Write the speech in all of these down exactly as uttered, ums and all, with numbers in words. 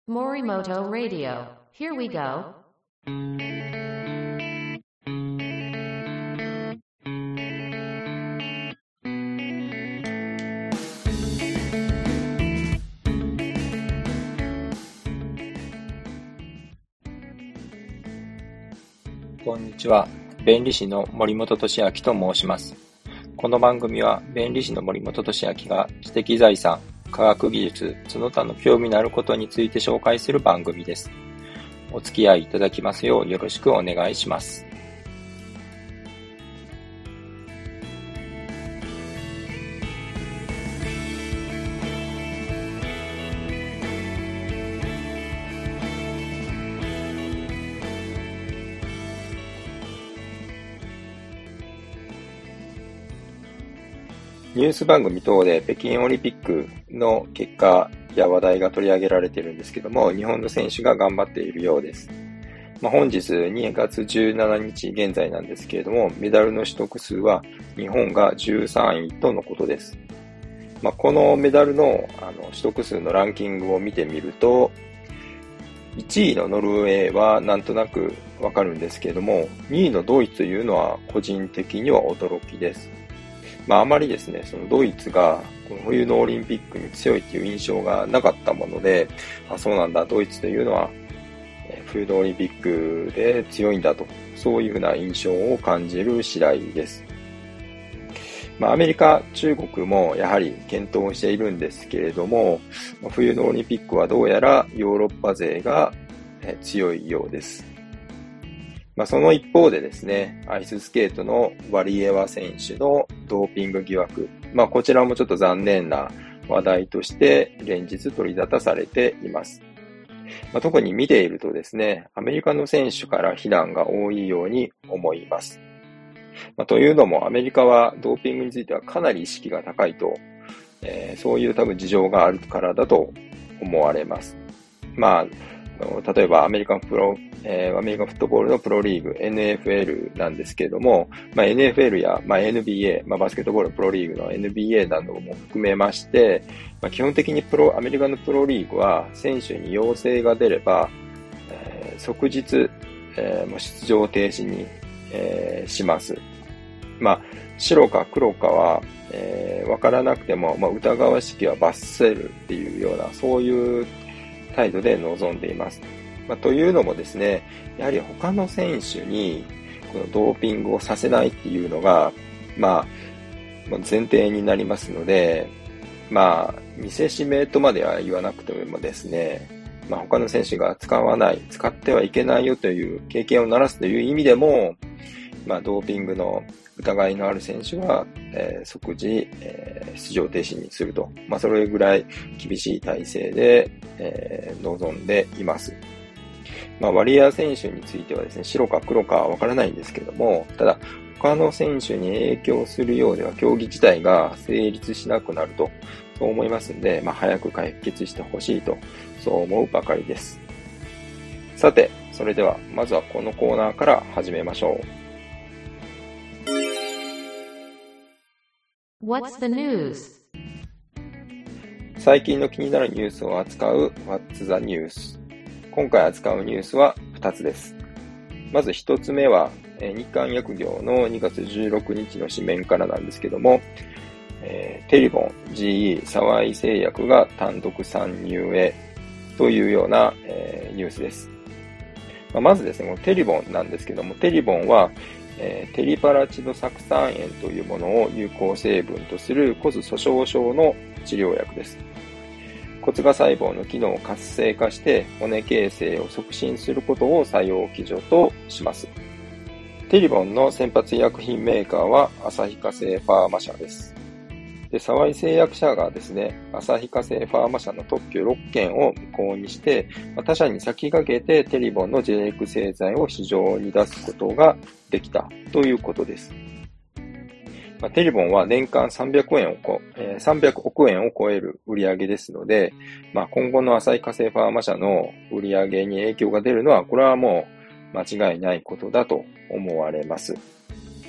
Morimoto Radio. Here we go. こんにちは。弁理士の森本俊明と申します。この番組は弁理士の森本俊明が知的財産、科学技術、その他の興味のあることについて紹介する番組です。お付き合いいただきますようよろしくお願いします。ニュース番組等で北京オリンピックの結果や話題が取り上げられているんですけども、日本の選手が頑張っているようです。まあ、本日にがつじゅうしちにち現在なんですけれども、メダルの取得数は日本がじゅうさんいとのことです。まあ、このメダルの、あの取得数のランキングを見てみると、いちいのノルウェーはなんとなくわかるんですけれども、にいのドイツというのは個人的には驚きです。まあ、あまりですね、そのドイツがこの冬のオリンピックに強いという印象がなかったもので、あ、そうなんだ、ドイツというのは冬のオリンピックで強いんだと、そういうふうな印象を感じる次第です。まあ、アメリカ、中国もやはり検討しているんですけれども、冬のオリンピックはどうやらヨーロッパ勢が強いようです。まあ、その一方でですね、アイススケートのワリエワ選手のドーピング疑惑、まあ、こちらもちょっと残念な話題として連日取り沙汰されています。まあ、特に見ているとですね、アメリカの選手から非難が多いように思います。まあ、というのもアメリカはドーピングについてはかなり意識が高いと、えー、そういう多分事情があるからだと思われます。まあ例えばアメリカンプロ、えー、アメリカンフットボールのプロリーグ エヌエフエル なんですけれども、まあ、エヌエフエル や、まあ、エヌビーエー、まあ、バスケットボールプロリーグの エヌビーエー なども含めまして、まあ、基本的にプロアメリカのプロリーグは選手に陽性が出れば、えー、即日、えー、出場停止に、えー、します。まあ、白か黒かは、えー、分からなくても、まあ、疑わしきは罰せるっていうような、そういう態度で臨んでいます。まあ、というのもですね、やはり他の選手にこのドーピングをさせないっていうのが、まあ、前提になりますので、まあ、見せしめとまでは言わなくてもですね、まあ、他の選手が使わない、使ってはいけないよという経験をならすという意味でも、まあ、ドーピングの疑いのある選手は、えー、即時、えー、出場停止にすると。まあ、それぐらい厳しい体制で、えー、臨んでいます。まあ、ワリエワ選手についてはですね、白か黒かはわからないんですけども、ただ、他の選手に影響するようでは競技自体が成立しなくなると、そう思いますので、まあ、早く解決してほしいと、そう思うばかりです。さて、それでは、まずはこのコーナーから始めましょう。 What's the news? 最近の気になるニュースを扱う What's the News? 今回扱うニュースはふたつです。まずひとつめは日韓薬業のにがつじゅうろくにちの紙面からなんですけども、えー、テリボン ジーイー 沢井製薬が単独参入へというような、えー、ニュースです。まあ、まずですね、このテリボンなんですけども、テリボンはえー、テリパラチド酢酸塩というものを有効成分とする骨粗鬆症の治療薬です。骨芽細胞の機能を活性化して骨形成を促進することを作用基準とします。テリボンの先発医薬品メーカーは旭化成ファーマ社です。で、沢井製薬社がですね、旭化成ファーマ社の特許ろっけんを無効にして、他社に先駆けてテリボンのジェネリック製剤を市場に出すことができたということです。まあ、テリボンは年間さんびゃくえんをこ、えー、さんびゃくおくえんを超える売上ですので、まあ、今後の旭化成ファーマ社の売上に影響が出るのは、これはもう間違いないことだと思われます。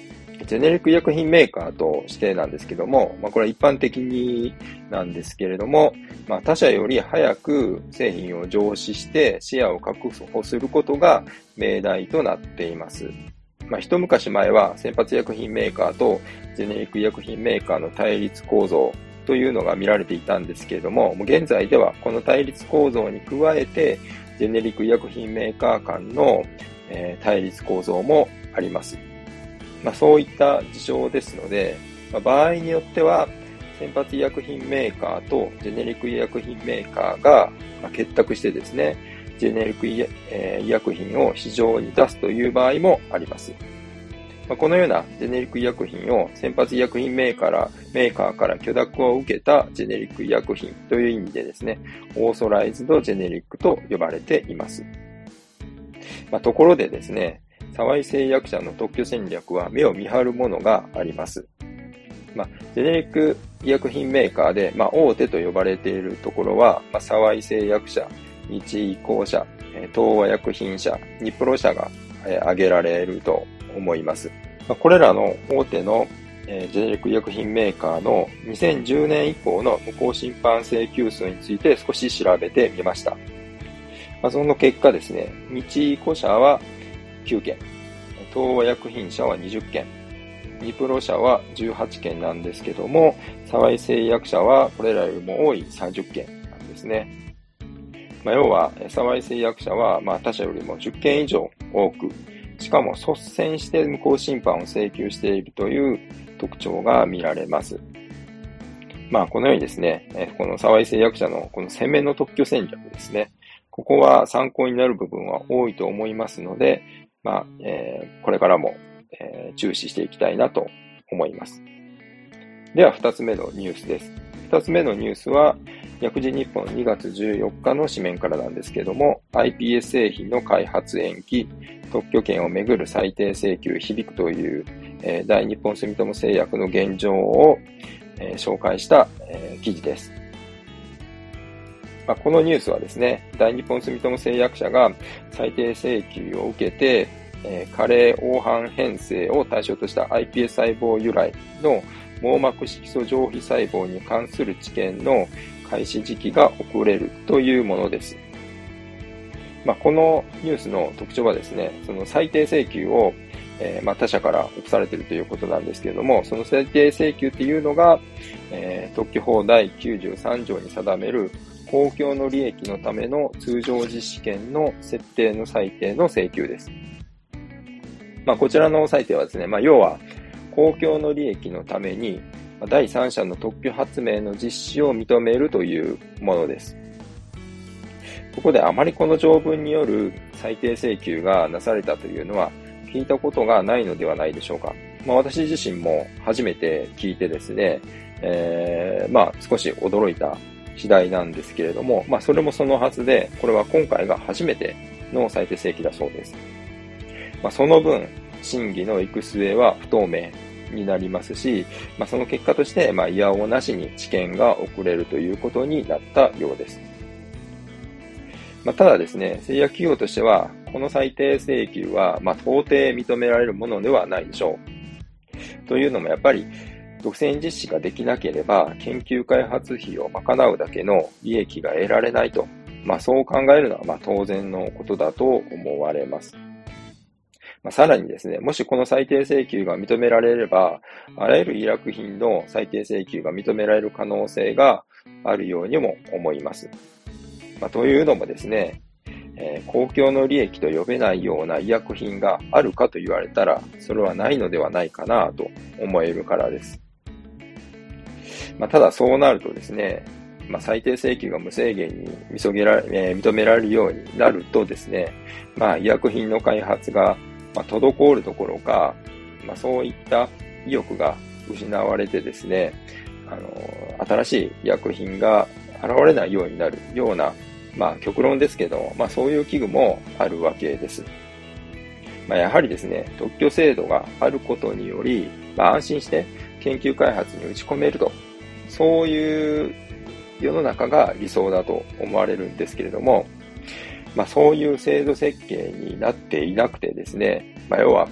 ジェネリック医薬品メーカーとしてなんですけども、まあ、これは一般的になんですけれども、まあ、他社より早く製品を上市してシェアを確保することが命題となっています。まあ、一昔前は先発医薬品メーカーとジェネリック医薬品メーカーの対立構造というのが見られていたんですけれども、もう現在ではこの対立構造に加えて、ジェネリック医薬品メーカー間の、えー、対立構造もあります。まあ、そういった事象ですので、まあ、場合によっては先発医薬品メーカーとジェネリック医薬品メーカーが結託してですね、ジェネリック医、えー、医薬品を市場に出すという場合もあります。まあ、このようなジェネリック医薬品を先発医薬品メーカーからメーカーから許諾を受けたジェネリック医薬品という意味でですね、オーソライズドジェネリックと呼ばれています。まあ、ところでですね、沢井製薬社の特許戦略は目を見張るものがあります。まあ、ジェネリック医薬品メーカーで、まあ、大手と呼ばれているところは、まあ、沢井製薬社、日医工社、東和薬品社、ニプロ社が挙げられると思います。まあ、これらの大手のジェネリック医薬品メーカーのにせんじゅうねん以降の無効審判請求数について少し調べてみました。まあ、その結果ですね、日医工社はきゅうけん、東和薬品社はにじゅっけん、ニプロ社はじゅうはちけんなんですけども、沢井製薬社はこれらよりも多いさんじゅっけんなんですね。まあ、要は、沢井製薬社はまあ他社よりもじゅっけん以上多く、しかも率先して無効審判を請求しているという特徴が見られます。まあこのようにですね、この沢井製薬社のこの攻めの特許戦略ですね、ここは参考になる部分は多いと思いますので、まあ、えー、これからも、えー、注視していきたいなと思います。では、二つ目のニュースです。二つ目のニュースは、薬事日本にがつじゅうよっかの紙面からなんですけれども、アイピーエス 製品の開発延期、特許権をめぐる裁定請求響くという、えー、大日本住友製薬の現状を、えー、紹介した、えー、記事です。まあ、このニュースはですね、大日本住友製薬社が裁定請求を受けて、えー、加齢黄斑変性を対象とした アイピーエス 細胞由来の網膜色素上皮細胞に関する治験の開始時期が遅れるというものです。まあ、このニュースの特徴はですね、その裁定請求を、えー、まあ他社から起こされているということなんですけれども、その裁定請求っていうのが、えー、特許法第きゅうじゅうさんじょうに定める公共の利益のための通常実施権の設定の裁定の請求です。まあ、こちらの裁定はですね、まあ、要は公共の利益のために第三者の特許発明の実施を認めるというものです。ここであまりこの条文による裁定請求がなされたというのは聞いたことがないのではないでしょうか。まあ、私自身も初めて聞いてですね、えー、まあ少し驚いた次第なんですけれども、まあそれもそのはずで、これは今回が初めての裁定請求だそうです。まあその分、審議の行く末は不透明になりますし、まあその結果として、まあいやおうなしに治験が遅れるということになったようです。まあただですね、製薬企業としては、この裁定請求は、まあ到底認められるものではないでしょう。というのもやっぱり、独占実施ができなければ研究開発費を賄うだけの利益が得られないと、まあそう考えるのはまあ当然のことだと思われます。まあ、さらにですね、もしこの裁定請求が認められれば、あらゆる医薬品の裁定請求が認められる可能性があるようにも思います。まあ、というのもですね、えー、公共の利益と呼べないような医薬品があるかと言われたら、それはないのではないかなと思えるからです。まあ、ただそうなるとですね、まあ、裁定請求が無制限に認められ、えー、認められるようになるとですね、まあ、医薬品の開発が、まあ、滞るどころか、まあ、そういった意欲が失われてですね、あの、新しい医薬品が現れないようになるような、まあ、極論ですけど、まあ、そういう危惧もあるわけです。まあ、やはりですね、特許制度があることにより、まあ、安心して研究開発に打ち込めると、そういう世の中が理想だと思われるんですけれども、まあそういう制度設計になっていなくてですね、まあ要は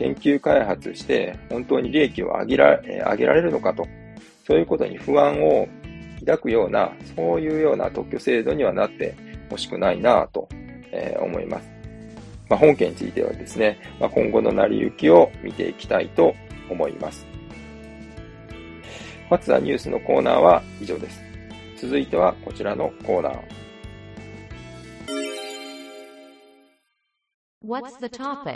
研究開発して本当に利益を上げられ、上げられるのかと、そういうことに不安を抱くような、そういうような特許制度にはなってほしくないなと、えー、思います。まあ、本件についてはですね、まあ、今後の成り行きを見ていきたいと思います。What's the News のコーナーは以上です。続いてはこちらのコーナー。 What's the topic?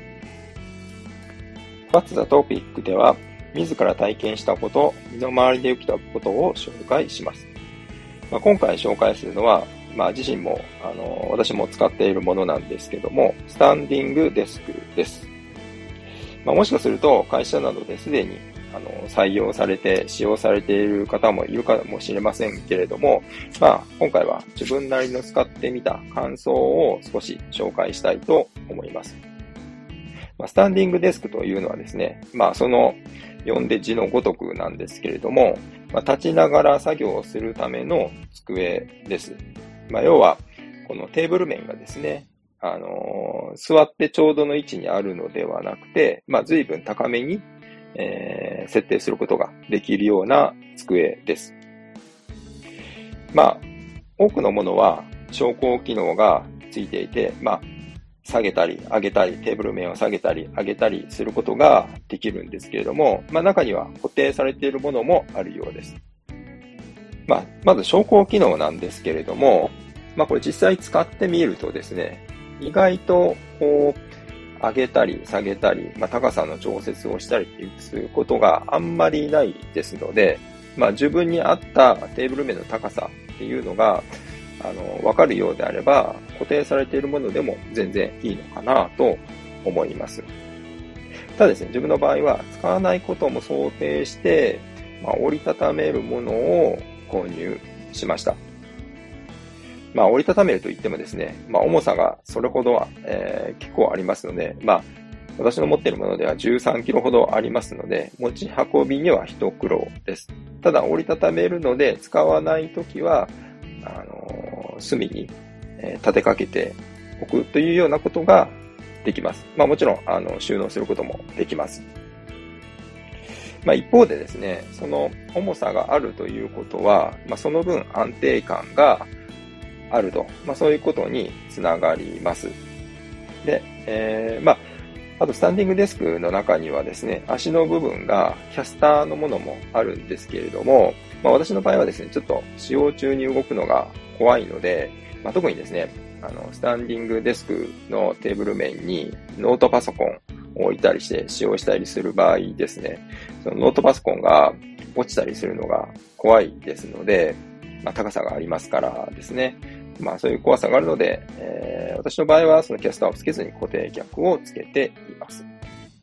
What's the topic では、自ら体験したこと、身の回りで起きたことを紹介します。まあ、今回紹介するのは、まあ、自身もあの私も使っているものなんですけども、スタンディングデスクです。まあ、もしかすると会社などですでにあの採用されて使用されている方もいるかもしれませんけれども、まあ、今回は自分なりの使ってみた感想を少し紹介したいと思います。まあ、スタンディングデスクというのはですね、まあ、その読んで字のごとくなんですけれども、まあ、立ちながら作業をするための机です。まあ、要は、このテーブル面がですね、あのー、座ってちょうどの位置にあるのではなくて、まあ、随分高めに、えー、設定することができるような机です。まあ、多くのものは昇降機能がついていて、まあ、下げたり上げたり、テーブル面を下げたり上げたりすることができるんですけれども、まあ、中には固定されているものもあるようです。まあ、まず昇降機能なんですけれども、まあこれ実際使ってみるとですね、意外とこう上げたり下げたり、まあ高さの調節をしたりすることがあんまりないですので、まあ自分に合ったテーブル面の高さっていうのが、あの、わかるようであれば、固定されているものでも全然いいのかなと思います。ただですね、自分の場合は使わないことも想定して、まあ折りたためるものを購入しました。まあ、折りたためると言ってもですね、まあ、重さがそれほどは、えー、結構ありますので、まあ、私の持っているものではじゅうさんキロほどありますので、持ち運びには一苦労です。ただ、折りたためるので、使わないときは、あのー、隅に、えー、立てかけておくというようなことができます。まあ、もちろん、あの、収納することもできます。まあ、一方でですね、その重さがあるということは、まあ、その分安定感があると、まあ、そういうことにつながります。で、えー、まあ、あとスタンディングデスクの中にはですね、足の部分がキャスターのものもあるんですけれども、まあ、私の場合はですね、ちょっと使用中に動くのが怖いので、まあ、特にですね、あの、スタンディングデスクのテーブル面にノートパソコンを置いたりして使用したりする場合ですね、そのノートパソコンが落ちたりするのが怖いですので、まあ、高さがありますからですね、まあそういう怖さがあるので、えー、私の場合はそのキャスターをつけずに固定脚をつけています。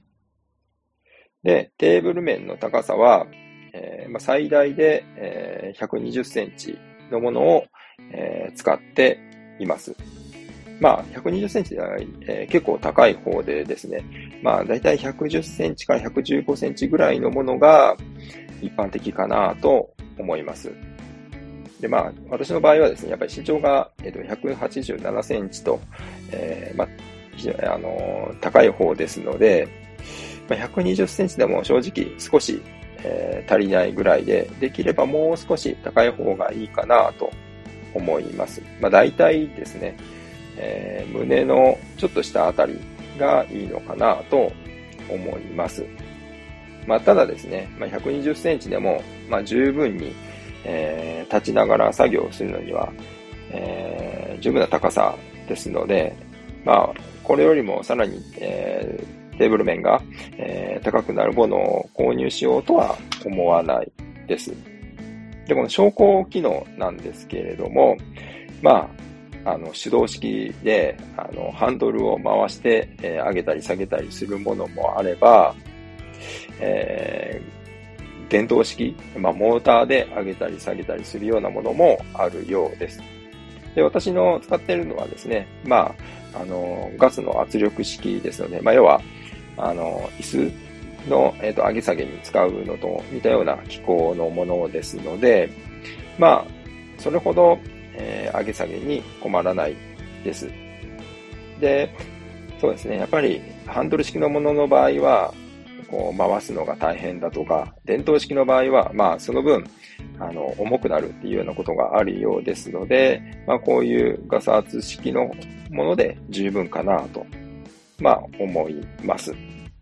で、テーブル面の高さは、えーまあ、最大で、えー、ひゃくにじゅっセンチのものを、えー、使っています。まあ、ひゃくにじゅっセンチでは、えー、結構高い方でですね、まあ、だいたいひゃくじゅっセンチからひゃくじゅうごセンチぐらいのものが一般的かなと思います。で、まあ、私の場合はですね、やっぱり身長が、えー、とひゃくはちじゅうななセンチと、えー、まあ、非常に、あのー、高い方ですので、まあ、ひゃくにじゅっセンチでも正直少し、えー、足りないぐらいで、できればもう少し高い方がいいかなと思います。まあ、大体ですね、えー、胸のちょっとしたあたりがいいのかなと思います。まあ、ただですね、まあ、ひゃくにじゅっセンチでも、まあ、十分に、えー、立ちながら作業をするのには、えー、十分な高さですので、まあ、これよりもさらに、えー、テーブル面が、えー、高くなるものを購入しようとは思わないです。で、この昇降機能なんですけれども、まあ、あの、手動式で、あの、ハンドルを回して、えー、上げたり下げたりするものもあれば、えー、電動式、まあ、モーターで上げたり下げたりするようなものもあるようです。で、私の使っているのはですね、まあ、あの、ガスの圧力式ですので、まあ、要は、あの、椅子の、えっと、上げ下げに使うのと似たような機構のものですので、まあ、それほど、えー、上げ下げに困らないです。で、そうですね、やっぱり、 ハンドル式のものの場合は、こう回すのが大変だとか、電動式の場合は、まあその分、あの、重くなるっていうようなことがあるようですので、まあこういうガス圧式のもので十分かなと、まあ思います。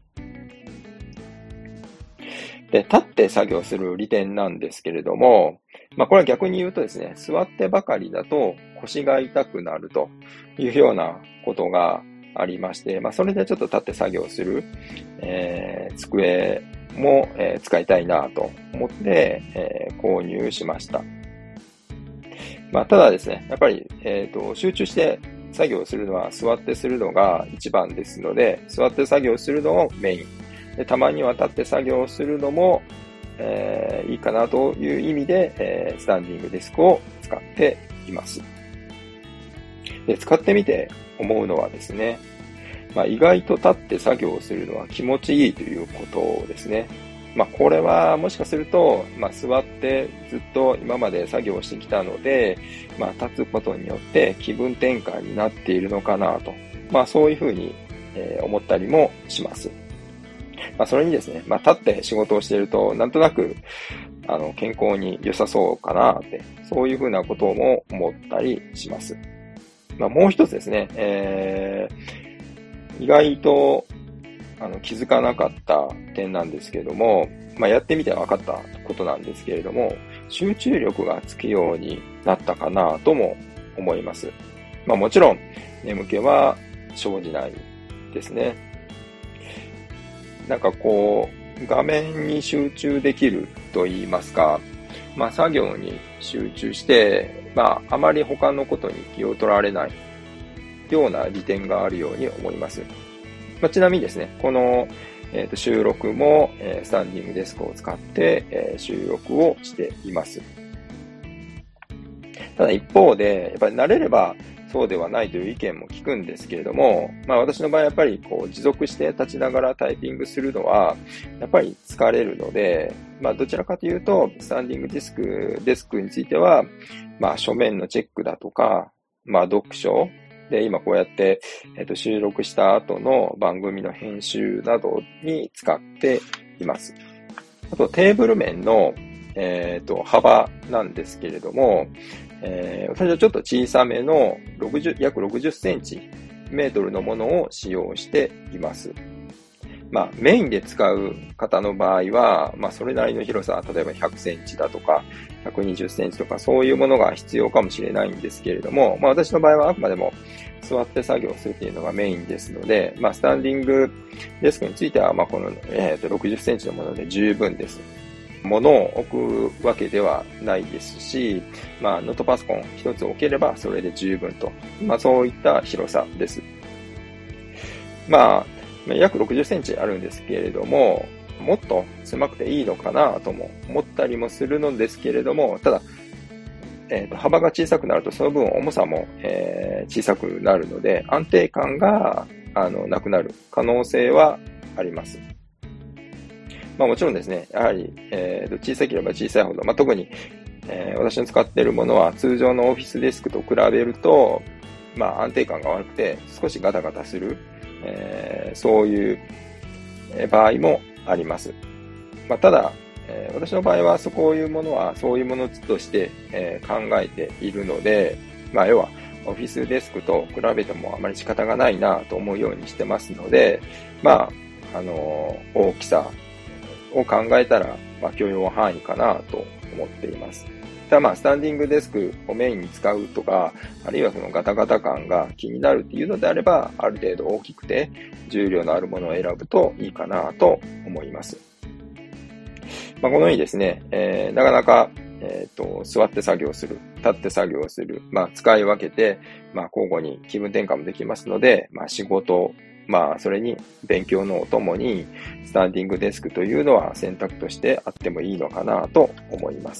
で、立って作業する利点なんですけれども、まあこれは逆に言うとですね、座ってばかりだと腰が痛くなるというようなことがありまして、まあそれでちょっと立って作業する、えー、机も、えー、使いたいなと思って、えー、購入しました。まあただですね、やっぱり、えっと、集中して作業するのは座ってするのが一番ですので、座って作業するのをメイン。でたまには立って作業するのも、えー、いいかなという意味で、えー、スタンディングデスクを使っています。で、使ってみて思うのはですね、まあ、意外と立って作業するのは気持ちいいということですね。まあ、これはもしかすると、まあ、座ってずっと今まで作業してきたので、まあ、立つことによって気分転換になっているのかなと、まあ、そういうふうに、えー、思ったりもします。まあ、それにですね、まあ、立って仕事をしていると、なんとなく、あの、健康に良さそうかなって、そういうふうなことも思ったりします。まあ、もう一つですね、えー、意外と、あの、気づかなかった点なんですけれども、まあ、やってみて分かったことなんですけれども、集中力がつくようになったかなとも思います。まあ、もちろん、眠気は生じないですね。なんかこう、画面に集中できると言いますか、まあ作業に集中して、まああまり他のことに気を取られないような利点があるように思います。まあ、ちなみにですね、この、えーと、収録も、えー、スタンディングデスクを使って、えー、収録をしています。ただ一方で、やっぱり慣れればそうではないという意見も聞くんですけれども、まあ私の場合やっぱりこう持続して立ちながらタイピングするのはやっぱり疲れるので、まあどちらかというとスタンディングディスク、デスクについては、まあ書面のチェックだとか、まあ読書で今こうやって、えっと収録した後の番組の編集などに使っています。あとテーブル面のえっと幅なんですけれども、えー、私はちょっと小さめのろくじゅう約ろくじゅっセンチメートルのものを使用しています。まあ、メインで使う方の場合は、まあ、それなりの広さ、例えばひゃくセンチだとか、ひゃくにじゅっセンチとか、そういうものが必要かもしれないんですけれども、まあ、私の場合はあくまでも座って作業するっていうのがメインですので、まあ、スタンディングデスクについては、まあ、この、えっと、ろくじゅっセンチのもので十分です。物を置くわけではないですし、まあ、ノートパソコン一つ置ければそれで十分と。まあ、そういった広さです。まあ、約ろくじゅっセンチあるんですけれども、もっと狭くていいのかなとも思ったりもするのですけれども、ただ、えーと、幅が小さくなるとその分重さも、えー、小さくなるので、安定感があのなくなる可能性はあります。まあもちろんですね、やはり、えー、小さければ小さいほど、まあ特に、えー、私の使っているものは通常のオフィスデスクと比べると、まあ安定感が悪くて少しガタガタする、えー、そういう場合もあります。まあただ、えー、私の場合はそういうものはそういうものとして、えー、考えているので、まあ要はオフィスデスクと比べてもあまり仕方がないなと思うようにしてますので、まあ、あのー、大きさ、を考えたら、まあ、許容範囲かなと思っています。ただまあ、スタンディングデスクをメインに使うとか、あるいはそのガタガタ感が気になるっていうのであれば、ある程度大きくて重量のあるものを選ぶといいかなと思います。まあ、このようにですね、えー、なかなか、えっと、座って作業する、立って作業する、まあ、使い分けて、まあ、交互に気分転換もできますので、まあ、仕事、まあ、それに勉強のおともに、スタンディングデスクというのは選択としてあってもいいのかなと思います。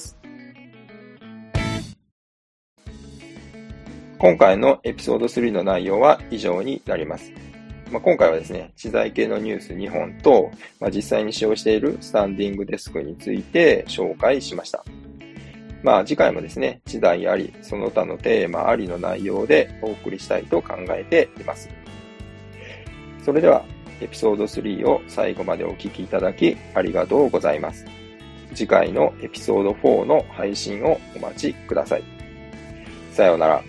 今回のエピソードスリーの内容は以上になります。まあ、今回はですね、知財系のニュースにほんと、まあ、実際に使用しているスタンディングデスクについて紹介しました。まあ次回もですね、知財あり、その他のテーマありの内容でお送りしたいと考えています。それではエピソードスリーを最後までお聞きいただきありがとうございます。次回のエピソードフォーの配信をお待ちください。さようなら。